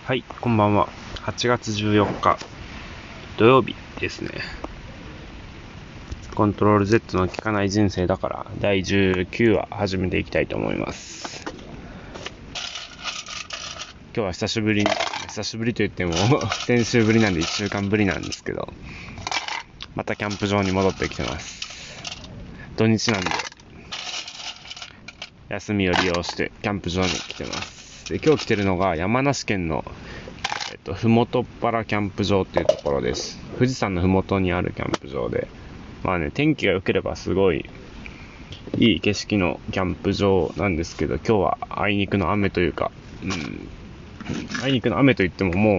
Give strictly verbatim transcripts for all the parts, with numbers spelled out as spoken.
はい、こんばんは。はちがつじゅうよっか土曜日ですね。コントロール Z の聞かない人生だからだいじゅうきゅうわ始めていきたいと思います。今日は久しぶりに久しぶりと言っても先週ぶりなんでいっしゅうかんぶりなんですけど、またキャンプ場に戻ってきてます。土日なんで休みを利用してキャンプ場に来てます。で、今日来てるのが山梨県のえっと、ふもとっぱらキャンプ場っていうところです。富士山のふもとにあるキャンプ場で、まあね、天気が良ければすごいいい景色のキャンプ場なんですけど、今日はあいにくの雨というか、うん、あいにくの雨といってもも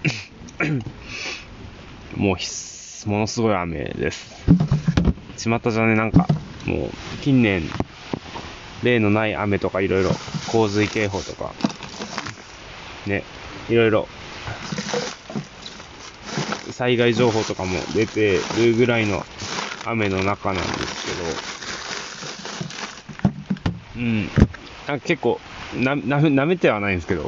うもうひものすごい雨です。巷じゃね、なんかもう近年例のない雨とかいろいろ洪水警報とかね、いろいろ災害情報とかも出てるぐらいの雨の中なんですけど、うん、なんか結構な、な、なめてはないんですけど、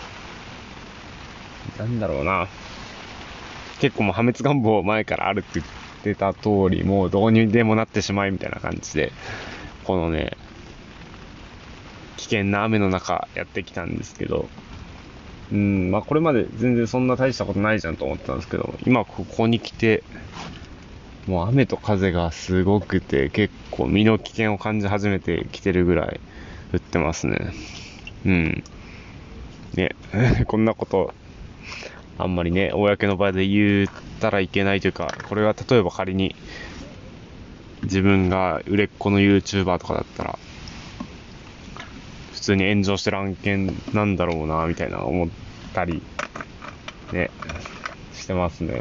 なんだろうな、結構もう破滅願望前からあるって言ってた通り、もうどうにでもなってしまいみたいな感じで、このね、危険な雨の中やってきたんですけど、うん、まあこれまで全然そんな大したことないじゃんと思ってたんですけど、今ここに来て、もう雨と風がすごくて、結構身の危険を感じ始めてきてるぐらい降ってますね。うん。ね、こんなこと、あんまりね、公の場で言ったらいけないというか、これは例えば仮に、自分が売れっ子の YouTuber とかだったら、普通に炎上してる案件なんだろうな、みたいな思ったり、ね、してますね。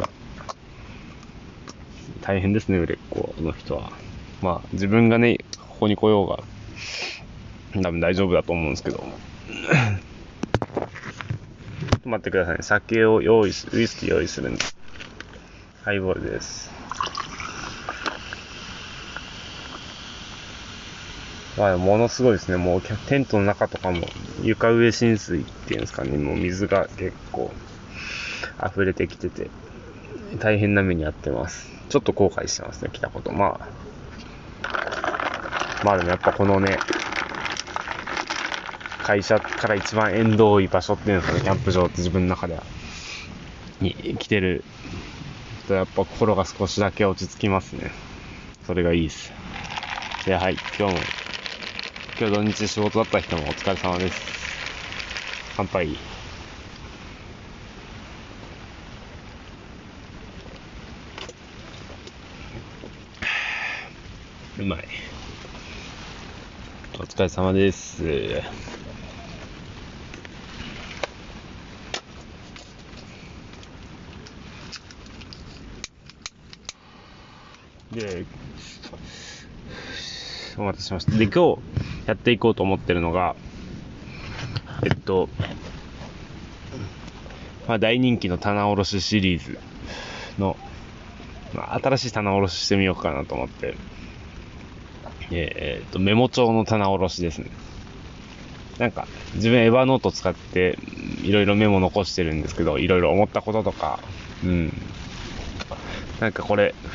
大変ですね、売れっ子の人は。まあ、自分がね、ここに来ようが、多分大丈夫だと思うんですけど。ちょっと待ってくださいね。酒を用意す、ウイスキー用意するんで。ハイボールです。まあ、ものすごいですね。もうテントの中とかも床上浸水っていうんですかね。もう水が結構溢れてきてて、大変な目に遭ってます。ちょっと後悔してますね、来たこと。まあ、まあでもやっぱこのね、会社から一番縁遠い場所っていうんですかね、キャンプ場って自分の中では、に来てるとやっぱ心が少しだけ落ち着きますね。それがいいです。で、はい、今日も、今日土日仕事だった人もお疲れ様です。乾杯。うまい。お疲れ様です。で、お待たせしました。で、今日やっていこうと思ってるのが、えっと、まあ、大人気の棚卸しシリーズの、まあ、新しい棚卸ししてみようかなと思って、えー、っと、メモ帳の棚卸しですね。なんか、自分エヴァノート使って、いろいろメモ残してるんですけど、いろいろ思ったこととか、うん。なんかこれ、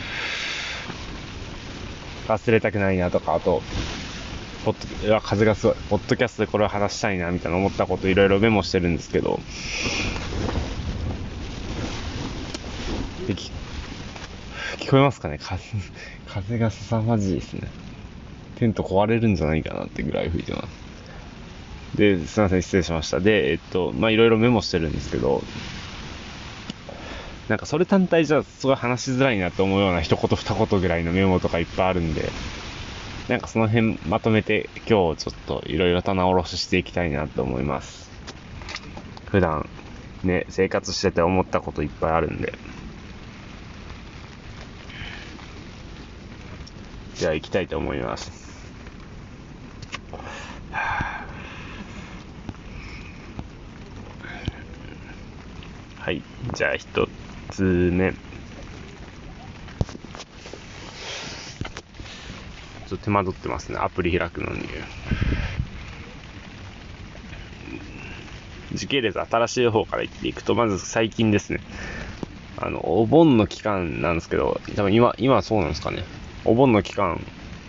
忘れたくないなとか、あと、ポッド、いや、風がすごい。ポッドキャストでこれを話したいな、みたいな思ったこといろいろメモしてるんですけど、でき聞こえますかね？風、風が凄まじいですね。テント壊れるんじゃないかなってぐらい吹いてます。で、すいません、失礼しました。で、えっと、まあ、いろいろメモしてるんですけど、なんかそれ単体じゃすごい話しづらいなと思うような一言二言ぐらいのメモとかいっぱいあるんで、なんかその辺まとめて今日ちょっといろいろ棚卸ししていきたいなと思います。普段ね、生活してて思ったこといっぱいあるんで。じゃあ行きたいと思います。はい、じゃあ一つ目。ちょっと手間取ってますね、アプリ開くのに。 時系列新しい方から言っていくと、まず最近ですね。あの、お盆の期間なんですけど、多分今、今はそうなんですかね。お盆の期間。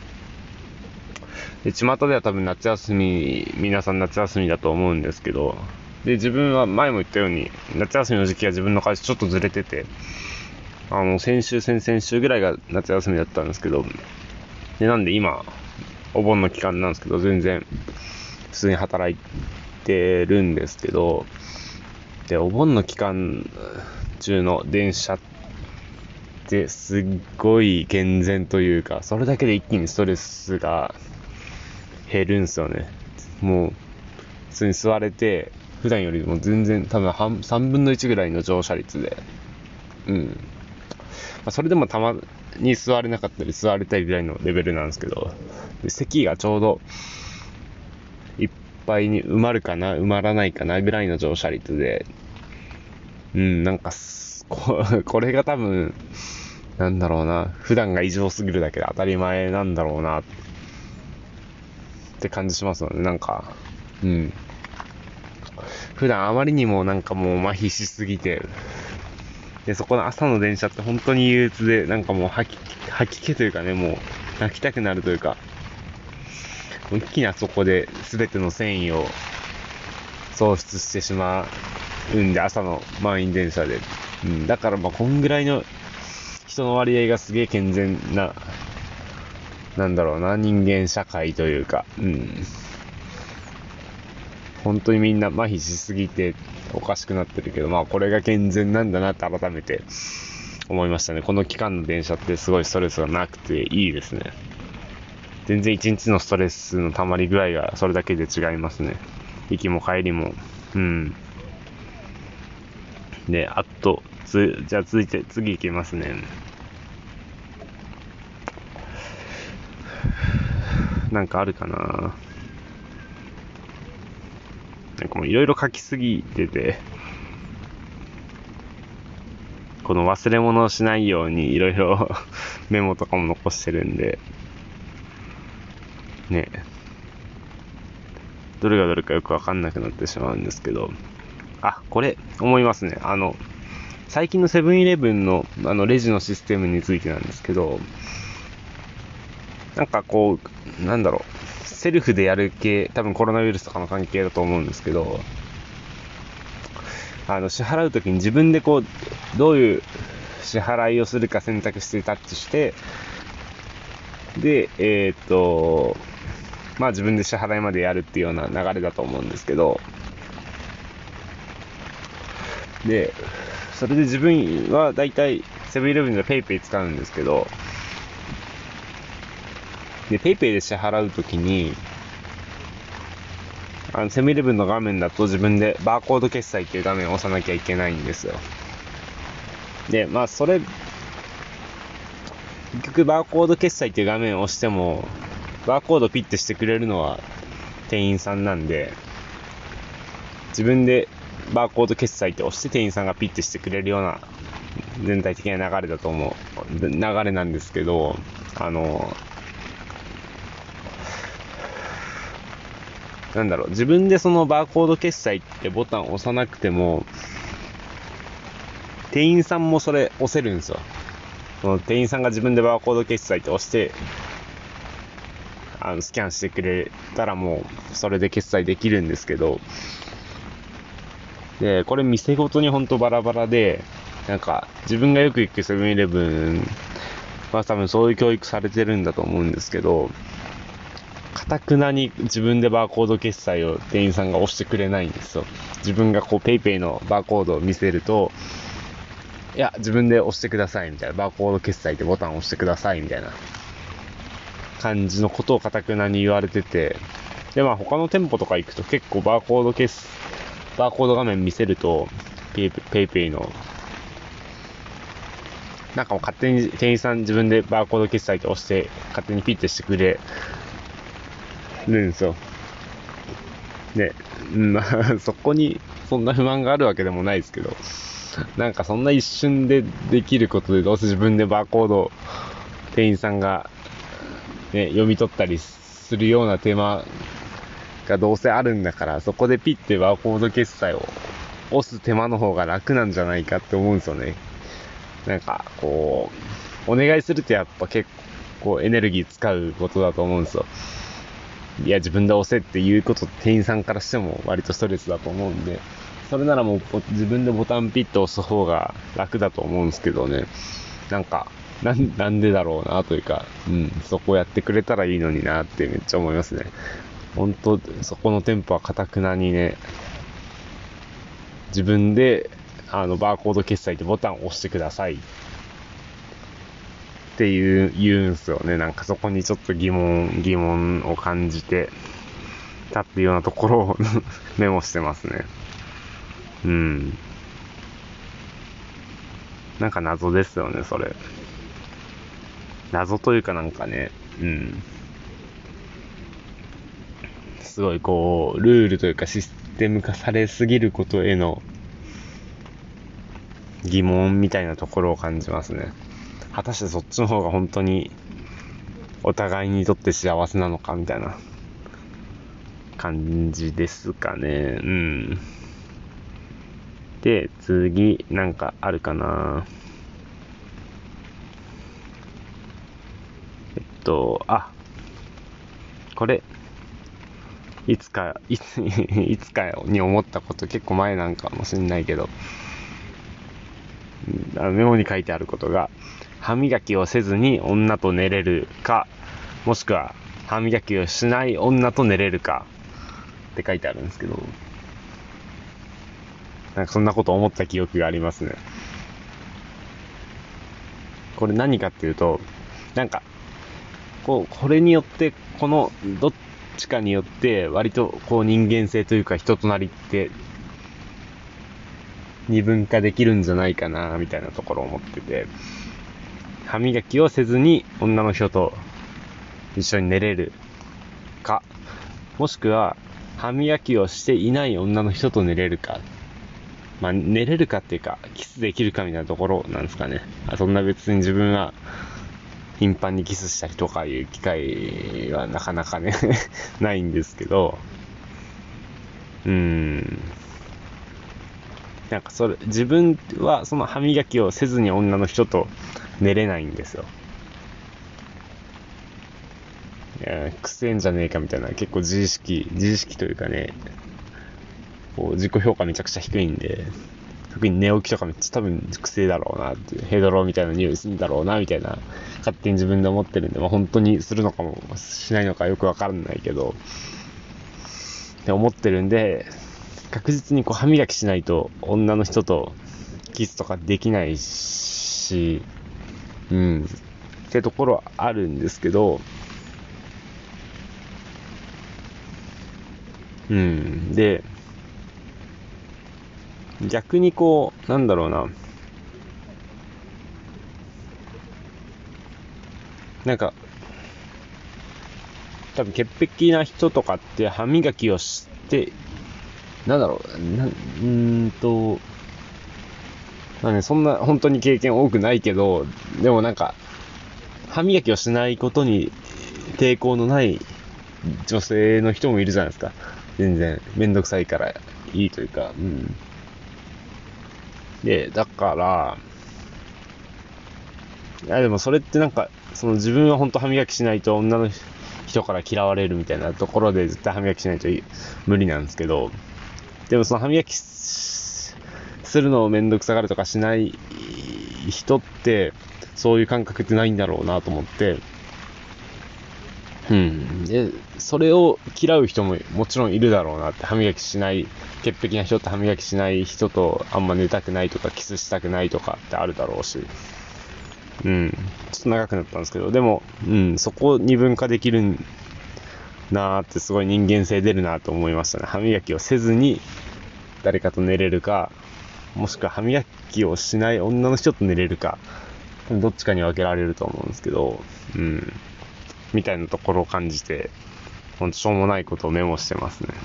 で、巷では多分夏休み、皆さん夏休みだと思うんですけど、で、自分は前も言ったように、夏休みの時期は自分の会社ちょっとずれてて、あの、先週、先々週ぐらいが夏休みだったんですけど、で、なんで今、お盆の期間なんですけど、全然、普通に働いてるんですけど、で、お盆の期間中の電車ってすっごい健全というか、それだけで一気にストレスが減るんですよね。もう、普通に座れて、普段よりも全然多分半さんぶんのいちぐらいの乗車率で、うん。まあ、それでもたまに座れなかったり座れたりぐらいのレベルなんですけど、で席がちょうどいっぱいに埋まるかな埋まらないかなぐらいの乗車率で、うん、なんかこ、これが多分、なんだろうな、普段が異常すぎるだけで当たり前なんだろうなって感じしますので、なんか、うん。普段あまりにもなんかもう麻痺しすぎて、で、そこの朝の電車って本当に憂鬱で、なんかもう吐き、吐き気というかね、もう泣きたくなるというか、一気にあそこで全ての繊維を喪失してしまうんで、朝の満員電車で。うん、だからまあこんぐらいの人の割合がすげえ健全な、なんだろうな、人間社会というか、うん。本当にみんな麻痺しすぎておかしくなってるけど、まあこれが健全なんだなって改めて思いましたね。この期間の電車ってすごいストレスがなくていいですね。全然一日のストレスの溜まり具合がそれだけで違いますね。行きも帰りも。うん。で、あと、つ、じゃあ続いて、次行きますね。なんかあるかな。なんかもういろいろ書きすぎてて、この忘れ物をしないようにいろいろメモとかも残してるんで、ね、どれがどれかよくわかんなくなってしまうんですけど、あ、これ思いますね。あの、最近のセブンイレブンのあのレジのシステムについてなんですけど、なんかこう、なんだろう、セルフでやる系、多分コロナウイルスとかの関係だと思うんですけど、あの支払うときに自分でこうどういう支払いをするか選択してタッチして、でえー、っとまあ自分で支払いまでやるっていうような流れだと思うんですけど、でそれで自分はだいたいセブンイレブンでペイペイ使うんですけど、でペイペイで支払うときに、あのセブンイレブンの画面だと自分でバーコード決済っていう画面を押さなきゃいけないんですよ。で、まあそれ、結局バーコード決済っていう画面を押しても、バーコードピッてしてくれるのは店員さんなんで、自分でバーコード決済って押して店員さんがピッてしてくれるような全体的な流れだと思う、流れなんですけど、あの、なんだろう、自分でそのバーコード決済ってボタンを押さなくても、店員さんもそれ押せるんですよ。その店員さんが自分でバーコード決済って押して、あのスキャンしてくれたらもうそれで決済できるんですけど、で、これ店ごとにほんとバラバラで、なんか自分がよく行くセブンイレブンは多分そういう教育されてるんだと思うんですけど、かたくなに自分でバーコード決済を店員さんが押してくれないんですよ。自分がこうペイペイのバーコードを見せると、いや自分で押してくださいみたいな、バーコード決済ってボタンを押してくださいみたいな感じのことをかたくなに言われてて、でまあ他の店舗とか行くと結構バーコード決バーコード画面見せるとペイペイペイのなんかもう勝手に店員さん自分でバーコード決済って押して勝手にピッてしてくれるんですよ。で、まあそこにそんな不満があるわけでもないですけど、なんかそんな一瞬でできることでどうせ自分でバーコード店員さんが、ね、読み取ったりするような手間がどうせあるんだから、そこでピッてバーコード決済を押す手間の方が楽なんじゃないかって思うんですよね。なんか、こう、お願いするとやっぱ結構エネルギー使うことだと思うんですよ。いや、自分で押せっていうこと、店員さんからしても割とストレスだと思うんで、それならもう自分でボタンピッと押す方が楽だと思うんですけどね。なんか、なん、なんでだろうなというか、うん、そこやってくれたらいいのになってめっちゃ思いますね。本当そこの店舗は堅くなにね、自分で、あの、バーコード決済ってボタンを押してくださいっていう、言うんすよね。なんかそこにちょっと疑問、疑問を感じてたっていうようなところをメモしてますね。うん。なんか謎ですよね、それ。謎というかなんかね、うん。すごいこう、ルールというかシステム化されすぎることへの疑問みたいなところを感じますね。果たしてそっちの方が本当にお互いにとって幸せなのかみたいな感じですかね。うん。で、次、なんかあるかな。えっと、あ、これ、いつか、いつ、いつかに思ったこと、結構前なんかもしんないけど、メモに書いてあることが、歯磨きをせずに女と寝れるか、もしくは歯磨きをしない女と寝れるかって書いてあるんですけど、なんかそんなこと思った記憶がありますね。これ何かっていうと、なんか、こう、これによって、このどっちかによって割とこう人間性というか人となりって二分化できるんじゃないかなみたいなところを思ってて、歯磨きをせずに女の人と一緒に寝れるか、もしくは歯磨きをしていない女の人と寝れるか、まあ寝れるかっていうかキスできるかみたいなところなんですかね。そんな別に自分は頻繁にキスしたりとかいう機会はなかなかねないんですけど、うーんなんかそれ自分はその歯磨きをせずに女の人と寝れないんですよ。いやくせえんじゃねえかみたいな、結構自意識自意識というかね、こう自己評価めちゃくちゃ低いんで、特に寝起きとかめっちゃ多分くせえだろうなっていう、ヘドロみたいな匂いするんだろうなみたいな勝手に自分で思ってるんで、まあ本当にするのかもしないのかよくわからないけどって思ってるんで、確実にこう歯磨きしないと女の人とキスとかできないし、うんってところはあるんですけど、うんで逆にこうなんだろうな、なんか多分潔癖な人とかって歯磨きをしてなんだろうなうーんとまあね、そんな本当に経験多くないけど、でもなんか歯磨きをしないことに抵抗のない女性の人もいるじゃないですか。全然めんどくさいからいいというか、うん。で、だから、いやでもそれってなんか、その自分は本当歯磨きしないと女の人から嫌われるみたいなところで絶対歯磨きしないと無理なんですけど、でもその歯磨きするのをめんどくさがるとかしない人って、そういう感覚ってないんだろうなと思って、うん。で、それを嫌う人ももちろんいるだろうなって、歯磨きしない、潔癖な人って歯磨きしない人とあんま寝たくないとか、キスしたくないとかってあるだろうし、うん。ちょっと長くなったんですけど、でも、うん、そこを二分化できるなーってすごい人間性出るなと思いましたね。歯磨きをせずに誰かと寝れるか、もしくは歯磨きをしない女の人と寝れるか、どっちかに分けられると思うんですけど、うん。みたいなところを感じて、ほんとしょうもないことをメモしてますね。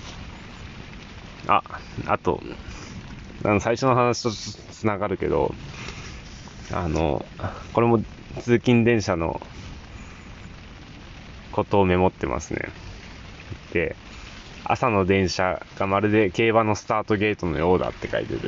あ、あと、あの最初の話とつながるけど、あの、これも通勤電車のことをメモってますね。で、 朝の電車がまるで競馬のスタートゲートのようだって書いて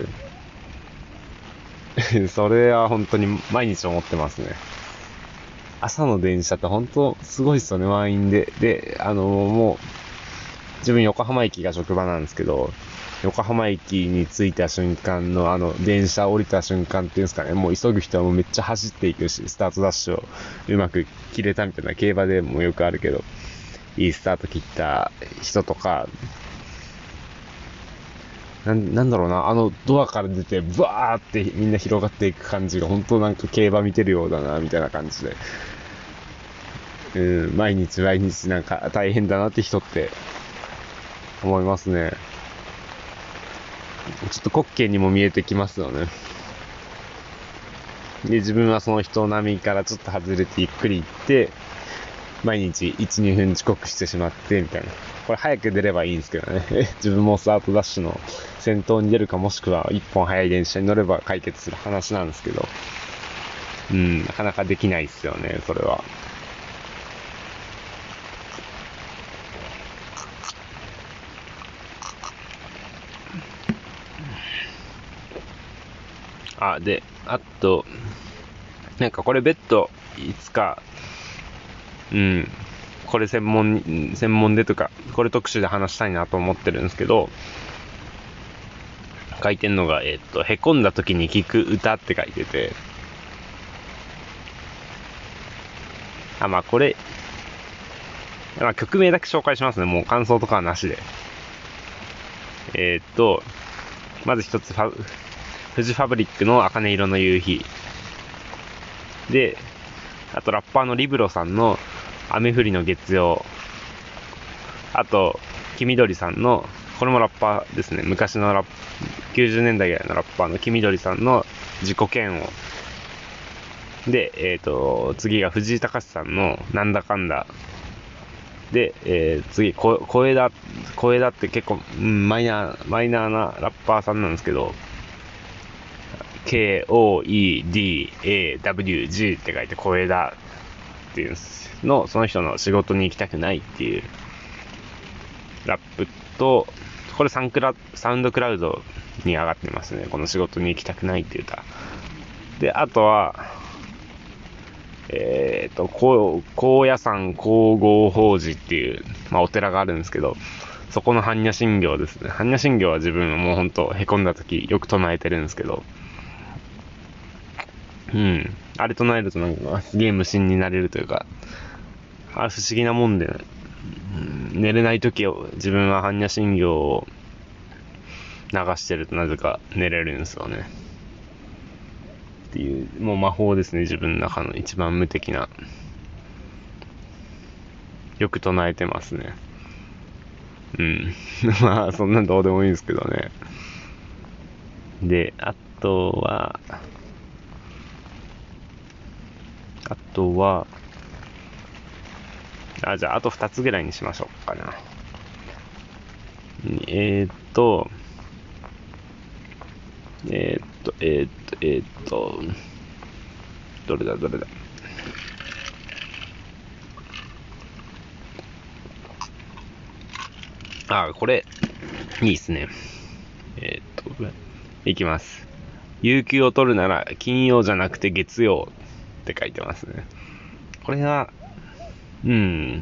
る。それは本当に毎日思ってますね。朝の電車って本当すごいっすよね、満員で。で、あのー、もう、自分横浜駅が職場なんですけど、横浜駅に着いた瞬間のあの電車降りた瞬間っていうんですかね、もう急ぐ人はもうめっちゃ走っていくし、スタートダッシュをうまく切れたみたいな、競馬でもよくあるけど、いいスタート切った人とか、な、なんだろうな、あのドアから出てブワーってみんな広がっていく感じが本当なんか競馬見てるようだなみたいな感じで、うん、毎日毎日なんか大変だなって人って思いますね。ちょっと滑稽にも見えてきますよね。で、自分はその人並みからちょっと外れてゆっくり行って、毎日いち、にふん遅刻してしまって、みたいな。これ早く出ればいいんですけどね。自分もスタートダッシュの先頭に出るかもしくは一本早い電車に乗れば解決する話なんですけど、うん、なかなかできないですよね、それは。あ、で、あと、なんかこれ別途、いつか、うん、これ専門、専門でとか、これ特集で話したいなと思ってるんですけど、書いてんのが、えっと、へこんだ時に聴く歌って書いてて、あ、まあこれ、まあ曲名だけ紹介しますね。もう感想とかはなしで。えっと、まず一つファ、フジファブリックの茜色の夕日。で、あとラッパーのリブロさんの雨降りの月曜。あと、黄緑さんの、これもラッパーですね。昔のラップ、きゅうじゅうねんだいぐらいのラッパーの黄緑さんの自己嫌悪。で、えっと、次が藤井隆さんのなんだかんだ。で、えー、次、こ小枝、小枝って結構、うん、マイナー、マイナーなラッパーさんなんですけど、ケーオーイーディーエーダブリュージー って書いて小枝っていうんですの、その人の仕事に行きたくないっていうラップと、これサンクラ、サウンドクラウドに上がってますね。この仕事に行きたくないっていう歌。で、あとは、えっと、高野山皇后法寺っていう、まあお寺があるんですけど、そこの般若心経ですね。般若心経は自分もうほんと凹んだ時よく唱えてるんですけど、うん。あれ唱えるとなんかすげえ無心になれるというか、あれ不思議なもんで、ね、うん、寝れない時を自分は般若心経を流してるとなぜか寝れるんですよね。っていう、もう魔法ですね、自分の中の一番無敵な。よく唱えてますね。うん。まあ、そんなんどうでもいいんですけどね。で、あとは、あとは、あ、じゃあ、あと二つぐらいにしましょうかな。えーっと、えーっと、えーっと、えーっと、どれだ、どれだ。あ、これ、いいっすね。えーっと、いきます。有給を取るなら金曜じゃなくて月曜って書いてますね。これは、うん、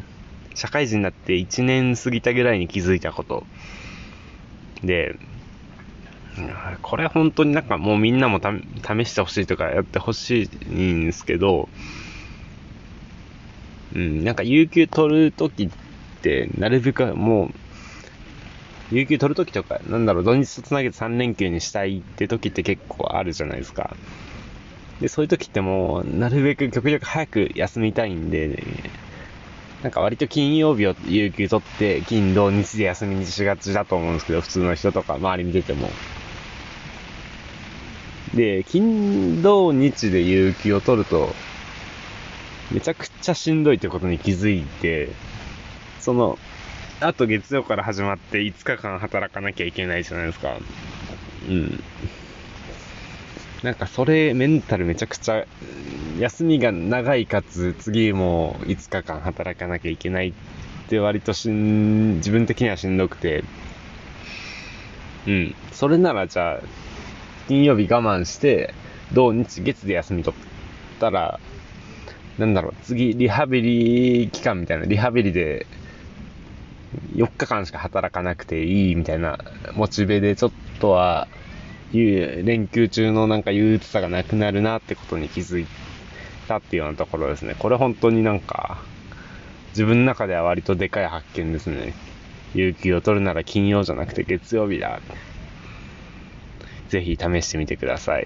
社会人になっていちねん過ぎたぐらいに気づいたことで、これ本当になんかもうみんなもた試してほしいとかやってほしいんですけど、うん、なんか有給取るときってなるべくもう有給取るときとか、なんだろう、土日とつなげてさん連休にしたいって時って結構あるじゃないですか。で、そういう時ってもう、なるべく極力早く休みたいんで、ね、なんか割と金曜日を有給取って、金土日で休みにしがちだと思うんですけど、普通の人とか周り見てても。で、金土日で有給を取ると、めちゃくちゃしんどいってことに気づいて、その、あと月曜から始まっていつかかん働かなきゃいけないじゃないですか。うん。なんかそれメンタルめちゃくちゃ、休みが長いかつ次もいつかかん働かなきゃいけないっって割としん、自分的にはしんどくて、うん。それならじゃあ、金曜日我慢して、土日月で休み取ったら、なんだろう、次、リハビリ期間みたいな、リハビリで、よっかかんしか働かなくていいみたいな、モチベでちょっとは、連休中のなんか憂鬱さがなくなるなってことに気づいたっていうようなところですね。これ本当になんか、自分の中では割とでかい発見ですね。有給を取るなら金曜じゃなくて月曜日だ。ぜひ試してみてください。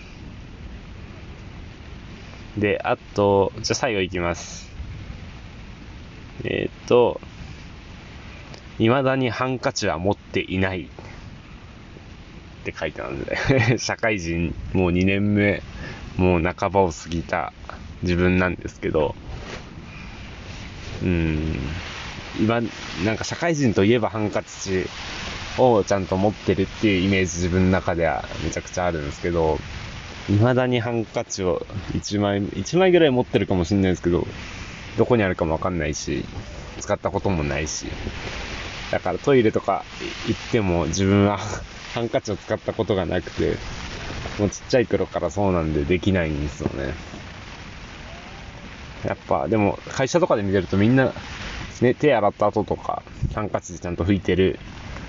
で、あと、じゃあ最後いきます。えっと、未だにハンカチは持っていないって書いてあるんで、社会人もうにねんめ、もう半ばを過ぎた自分なんですけど、うーん、今、なんか社会人といえばハンカチをちゃんと持ってるっていうイメージ自分の中ではめちゃくちゃあるんですけど、未だにハンカチをいちまい、いちまいぐらい持ってるかもしれないですけど、どこにあるかもわかんないし、使ったこともないし、だからトイレとか行っても自分はハンカチを使ったことがなくて、もうちっちゃい頃からそうなんでできないんですよね。やっぱでも会社とかで見てるとみんなね、手洗った後とかハンカチでちゃんと拭いてる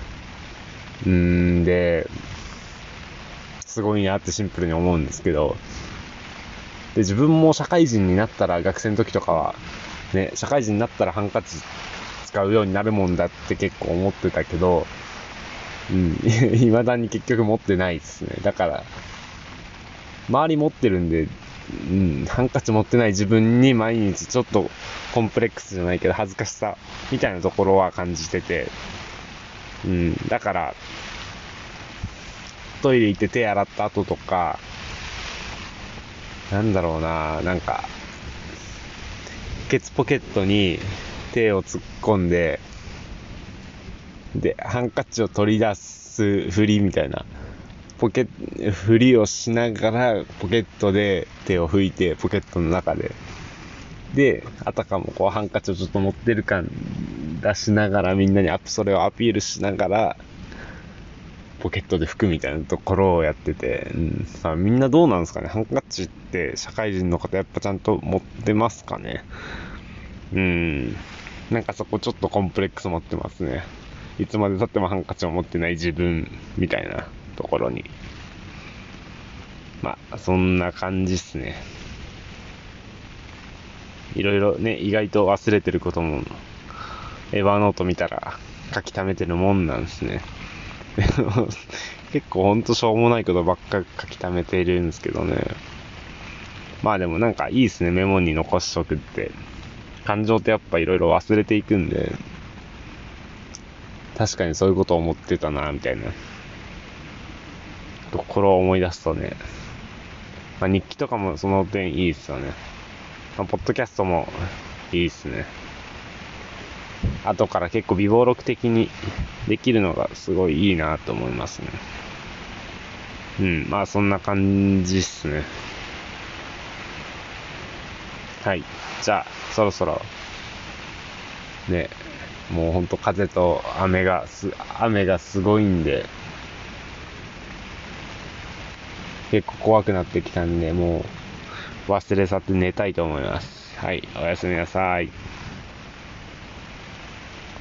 んで、すごいなってシンプルに思うんですけど、で自分も社会人になったら、学生の時とかはね、社会人になったらハンカチ使うようになるもんだって結構思ってたけど、うん、未だに結局持ってないですね。だから周り持ってるんで、うん、ハンカチ持ってない自分に毎日ちょっとコンプレックスじゃないけど恥ずかしさみたいなところは感じてて、うん、だからトイレ行って手洗った後とか、なんだろうな、なんかケツポケットに手を突っ込んで、でハンカチを取り出すふりみたいな、ポケふりをしながらポケットで手を拭いて、ポケットの中でであたかもこうハンカチをちょっと持ってる感出しながら、みんなにアップそれをアピールしながらポケットで拭くみたいなところをやってて、うん、さあみんなどうなんですかね。ハンカチって社会人の方やっぱちゃんと持ってますかね。うん、なんかそこちょっとコンプレックス持ってますね。いつまで経ってもハンカチを持ってない自分みたいなところに、まあそんな感じっすね。いろいろね、意外と忘れてることもエヴァノート見たら書き溜めてるもんなんですね。結構ほんとしょうもないことばっか書き溜めているんですけどね。まあでもなんかいいですね、メモに残しとくって。感情ってやっぱいろいろ忘れていくんで、確かにそういうことを思ってたなみたいなところを思い出すとね、まあ、日記とかもその点いいですよね。まあ、ポッドキャストもいいですね。後から結構微暴録的にできるのがすごいいいなと思いますね。うん、まあそんな感じっすね。はい、じゃあそろそろね、もうほんと風と雨がす雨がすごいんで、結構怖くなってきたんで、もう忘れ去って寝たいと思います。はい、おやすみなさい。